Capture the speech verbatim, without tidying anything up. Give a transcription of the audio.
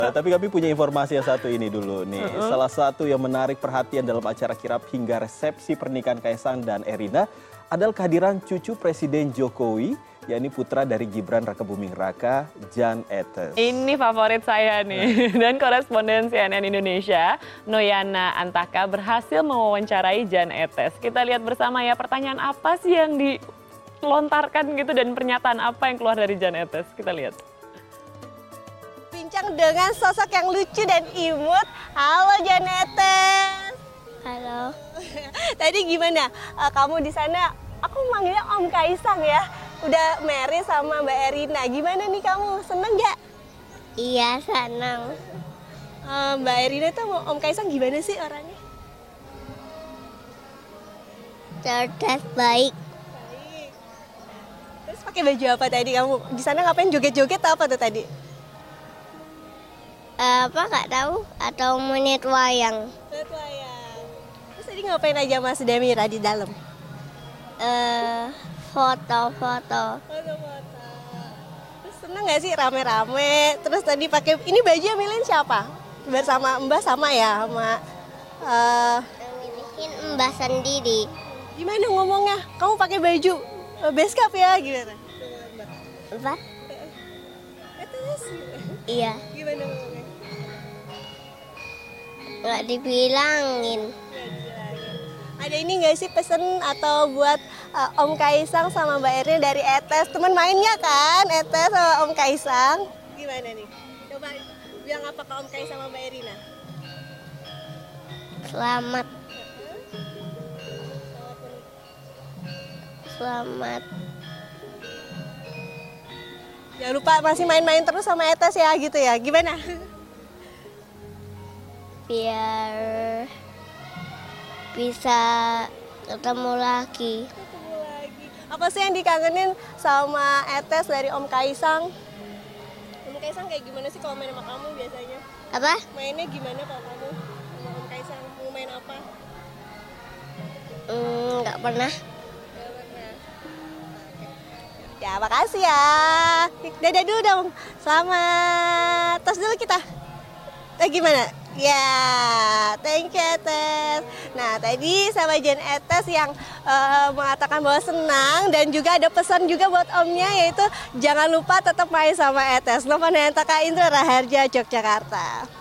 Uh, tapi kami punya informasi yang satu ini dulu nih. Uh-uh. Salah satu yang menarik perhatian dalam acara kirap hingga resepsi pernikahan Kaisang dan Erina adalah kehadiran cucu Presiden Jokowi, yakni putra dari Gibran Rakebuming Raka, Jan Etes. Ini favorit saya nih. Dan koresponden C N N Indonesia, Noyana Antaka, berhasil mewawancarai Jan Etes. Kita lihat bersama ya, pertanyaan apa sih yang dilontarkan gitu dan pernyataan apa yang keluar dari Jan Etes. Kita lihat. Bincang dengan sosok yang lucu dan imut. Halo Jan Etes. Halo. Tadi gimana? Uh, kamu di sana, aku manggilnya Om Kaisang ya. Udah married sama Mbak Erina. Gimana nih kamu? Seneng gak? Iya, seneng. Uh, Mbak Erina tuh Om Kaisang gimana sih orangnya? Cerdas, baik. Baik. Terus pakai baju apa tadi kamu? Di sana ngapain, joget-joget apa tuh tadi? Uh, apa nggak tahu? Atau menit wayang? Menit wayang. Terus tadi ngapain aja Mas Demira di dalam? Uh, Foto-foto. Foto-foto. Terus seneng gak sih rame-rame? Terus tadi pakai ini baju yang milihin siapa? Bersama Mbak sama ya sama. Uh, Milihin Mbak sendiri. Gimana ngomongnya? Kamu pakai baju base cap ya gimana? Apa? Terus? Iya. Gimana ngomongnya? Nggak dibilangin. Ada ini nggak sih pesen atau buat uh, Om Kaisang sama Mbak Erina dari Etes? Teman mainnya kan Etes sama Om Kaisang. Gimana nih? Coba bilang apa ke Om Kaisang sama Mbak Erina? Selamat. Selamat. Jangan lupa masih main-main terus sama Etes ya gitu ya. Gimana? Biar bisa ketemu lagi. Ketemu lagi. Apa sih yang dikangenin sama Etes dari Om Kaisang? Om Kaisang kayak gimana sih kalau main sama kamu biasanya? Apa? Mainnya gimana kalau kamu sama Om Kaisang? Mau main apa? Hmm, nggak pernah. Nggak pernah. Ya makasih ya. Dadah dulu dong. Selamat. Tos dulu kita. Eh gimana? Ya, thank you Etes. Nah tadi sama Jan Etes yang uh, mengatakan bahwa senang dan juga ada pesan juga buat omnya yaitu jangan lupa tetap main sama Etes. Novana Antaka, Indra Raharja, Yogyakarta.